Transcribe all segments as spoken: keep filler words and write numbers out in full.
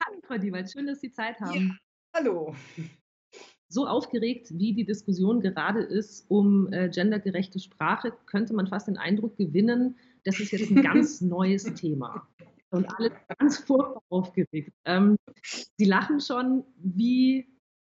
Hallo Frau Diewald, schön, dass Sie Zeit Ja, haben. hallo. So aufgeregt, wie die Diskussion gerade ist um äh, gendergerechte Sprache, könnte man fast den Eindruck gewinnen, das ist jetzt 'n ganz neues Thema und alle ganz furchtbar aufgeregt. Ähm, Sie lachen schon. Wie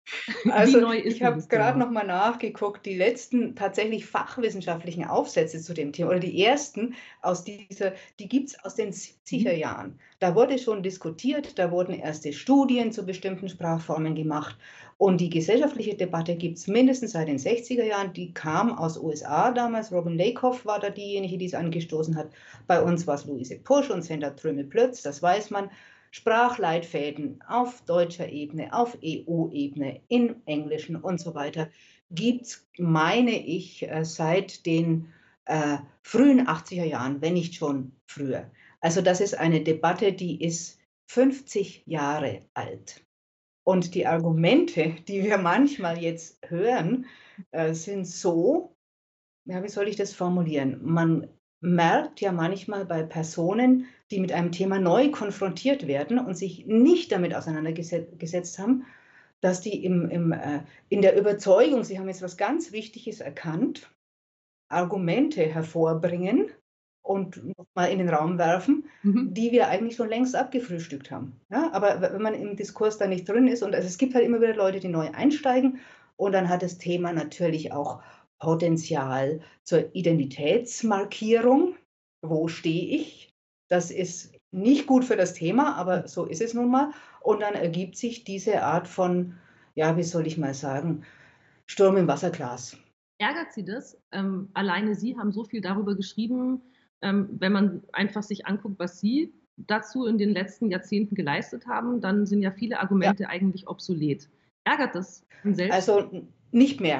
wie Also, neu ist ich denn habe das grad Thema? noch mal nachgeguckt, die letzten tatsächlich fachwissenschaftlichen Aufsätze zu dem Thema oder die ersten aus dieser die gibt's aus den siebziger Mhm. Jahren. Da wurde schon diskutiert, da wurden erste Studien zu bestimmten Sprachformen gemacht und die gesellschaftliche Debatte gibt's mindestens seit den sechziger Jahren. Die kam aus U S A damals. Robin Lakoff war da diejenige, die's angestoßen hat. Bei uns war's Louise Pusch und Senta Trimble-Plötz, das weiß man. Sprachleitfäden auf deutscher Ebene, auf E U-Ebene, im Englischen und so weiter gibt's, meine ich, äh, seit den, äh, frühen achtziger Jahren, wenn nicht schon früher. Also, das ist eine Debatte, die ist fünfzig Jahre alt. Und die Argumente, die wir manchmal jetzt hören, äh, sind so ja, wie soll ich das formulieren? Man merkt ja manchmal bei Personen, die mit einem Thema neu konfrontiert werden und sich nicht damit auseinandergeset gesetzt haben, dass die im im, äh in der Überzeugung, sie haben jetzt was ganz Wichtiges erkannt, Argumente hervorbringen und noch mal in den Raum werfen, Mhm. die wir eigentlich schon längst abgefrühstückt haben, ja? Aber we wenn man im Diskurs da nicht drin ist und also, es gibt halt immer wieder Leute, die neu einsteigen und dann hat das Thema natürlich auch Potenzial zur Identitätsmarkierung. Wo stehe ich? Das ist nicht gut für das Thema, Hm. aber so ist es nun mal. Und dann ergibt sich diese Art von, ja, wie soll ich mal sagen, Sturm im Wasserglas. Ärgert Sie das? Ähm, alleine Sie haben so viel darüber geschrieben. Ähm, wenn man einfach sich anguckt, was Sie dazu in den letzten Jahrzehnten geleistet haben, dann sind ja viele Ja. Argumente eigentlich obsolet. Ärgert das einen selbst? Also, n nicht mehr.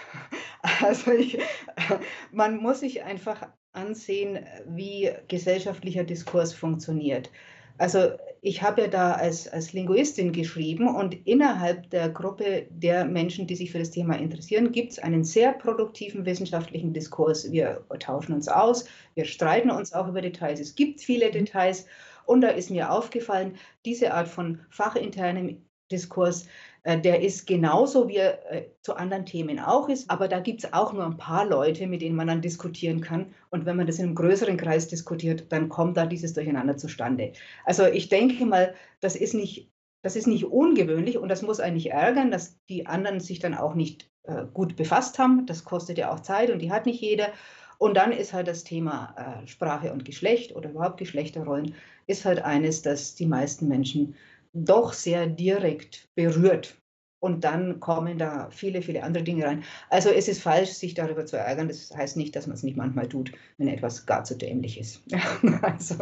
Also, ich man muss sich einfach ansehen, wie gesellschaftlicher Diskurs funktioniert. Also, ich habe ja da als als Linguistin geschrieben und innerhalb der Gruppe der Menschen, die sich für das Thema interessieren, gibt's einen sehr produktiven wissenschaftlichen Diskurs. Wir tauschen uns aus, wir streiten uns auch über Details. Es gibt viele Mhm. Details und da ist mir aufgefallen, diese Art von fachinternem Diskurs, äh, der ist genauso, wie er, äh, zu anderen Themen auch ist, aber da gibt's auch nur 'n paar Leute, mit denen man dann diskutieren kann. Und wenn man das in 'nem größeren Kreis diskutiert, dann kommt da dieses Durcheinander zustande. Also, ich denke mal, das ist nicht das ist nicht ungewöhnlich und das muss einen nicht ärgern, dass die anderen sich dann auch nicht, äh, gut befasst haben. Das kostet ja auch Zeit und die hat nicht jeder. Und dann ist halt das Thema, äh, Sprache und Geschlecht oder überhaupt Geschlechterrollen ist halt eines, das die meisten Menschen doch sehr direkt berührt. Und dann kommen da viele, viele andere Dinge rein. Also, es ist falsch, sich darüber zu ärgern. Das heißt nicht, dass man's nicht manchmal tut, wenn etwas gar zu dämlich ist. Also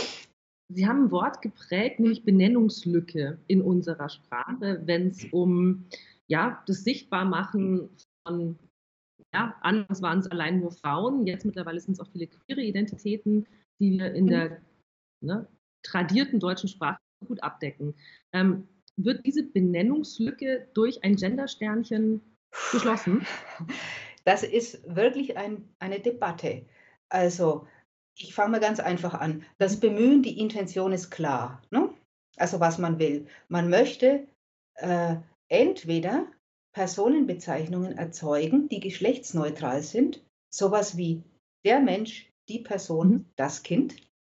Sie haben 'n Wort geprägt, nämlich Benennungslücke in unserer Sprache, wenn's um, ja, das Sichtbarmachen von ja, anfangs waren's allein nur Frauen, jetzt mittlerweile sind's auch viele queere Identitäten, die wir in Mhm. der, ne, tradierten deutschen Sprache gut abdecken. Ähm, wird diese Benennungslücke durch ein Gendersternchen geschlossen? Das ist wirklich ein eine Debatte. Also, ich fange mal ganz einfach an. Das Mhm. Bemühen, die Intention ist klar, ne? Also, was man will. Man möchte, äh, entweder Personenbezeichnungen erzeugen, die geschlechtsneutral sind, so was wie der Mensch, die Person, Mhm. das Kind.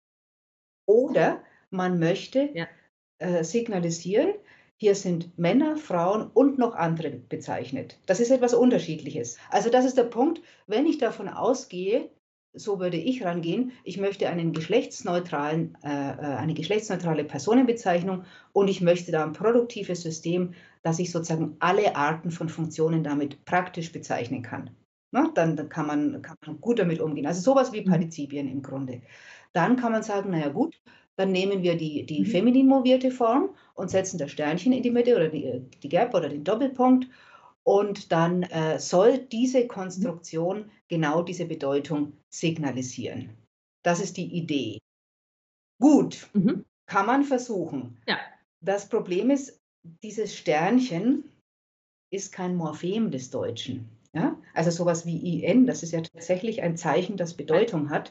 Oder man möchte, Ja. äh, signalisieren: „Hier sind Männer, Frauen und noch andere bezeichnet.“ Das ist etwas Unterschiedliches. Also, das ist der Punkt, wenn ich davon ausgehe so würde ich rangehen, ich möchte einen geschlechtsneutralen äh, äh, eine geschlechtsneutrale Personenbezeichnung und ich möchte da 'n produktives System, dass ich sozusagen alle Arten von Funktionen damit praktisch bezeichnen kann, ne? Dann dann kann man kann man gut damit umgehen. Also, so was wie Mhm. Partizipien im Grunde. Dann kann man sagen: „Na ja gut, dann nehmen wir die die Mhm. feminin movierte Form und setzen das Sternchen in die Mitte oder die, äh die Gap oder den Doppelpunkt und dann, äh, soll diese Mhm. Konstruktion genau diese Bedeutung signalisieren.“ Das ist die Idee. Gut, Mhm. kann man versuchen. Ja. Das Problem ist, dieses Sternchen ist kein Morphem des Deutschen, ja? Also, so was wie i n, das ist ja tatsächlich ein Zeichen, das Bedeutung hat.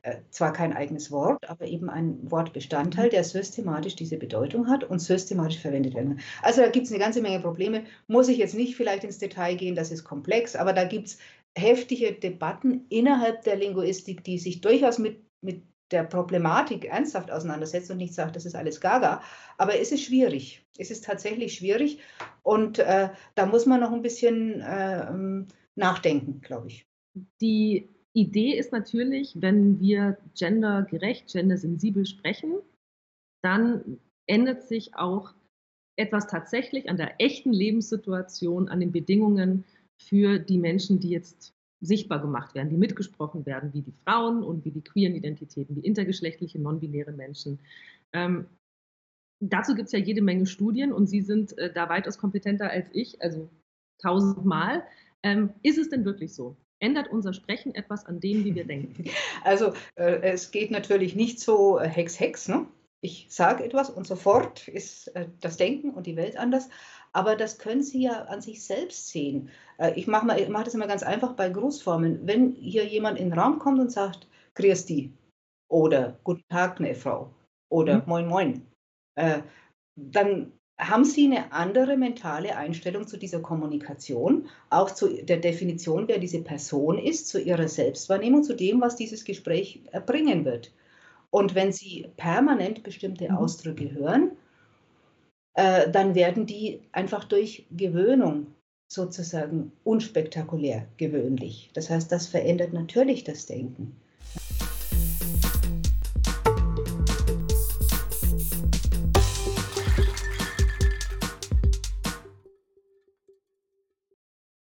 äh, zwar kein eigenes Wort, aber eben ein Wortbestandteil, der systematisch diese Bedeutung hat und systematisch verwendet werden kann. Also da gibt es eine ganze Menge Probleme. Muss ich jetzt nicht vielleicht ins Detail gehen, das ist komplex, aber da gibt es heftige Debatten innerhalb der Linguistik, die sich durchaus mit, mit der Problematik ernsthaft auseinandersetzt und nicht sagt, das ist alles Gaga. Aber es ist schwierig. Es ist tatsächlich schwierig und äh, da muss man noch ein bisschen äh, nachdenken, glaube ich. Die Idee ist natürlich, wenn wir gendergerecht, gendersensibel sprechen, dann ändert sich auch etwas tatsächlich an der echten Lebenssituation, an den Bedingungen für die Menschen, die jetzt sichtbar gemacht werden, die mitgesprochen werden, wie die Frauen und wie die queeren Identitäten, wie intergeschlechtliche, non-binäre Menschen. Ähm, dazu gibt es ja jede Menge Studien und Sie sind äh, da weitaus kompetenter als ich, also tausendmal. Ähm, ist es denn wirklich so? Ändert unser Sprechen etwas an dem, wie wir denken? Also äh, es geht natürlich nicht so äh, Hex, Hex, ne? Ich sage etwas und sofort ist äh, das Denken und die Welt anders. Aber das können Sie ja an sich selbst sehen. Äh, ich mache mach das immer ganz einfach bei Grußformen. Wenn hier jemand in den Raum kommt und sagt, Grüß die oder Guten Tag, ne Frau oder Mhm. Moin Moin, äh, dann haben Sie eine andere mentale Einstellung zu dieser Kommunikation, auch zu der Definition, wer diese Person ist, zu Ihrer Selbstwahrnehmung, zu dem, was dieses Gespräch erbringen wird. Und wenn Sie permanent bestimmte Mhm. Ausdrücke hören, äh, dann werden die einfach durch Gewöhnung sozusagen unspektakulär gewöhnlich. Das heißt, das verändert natürlich das Denken.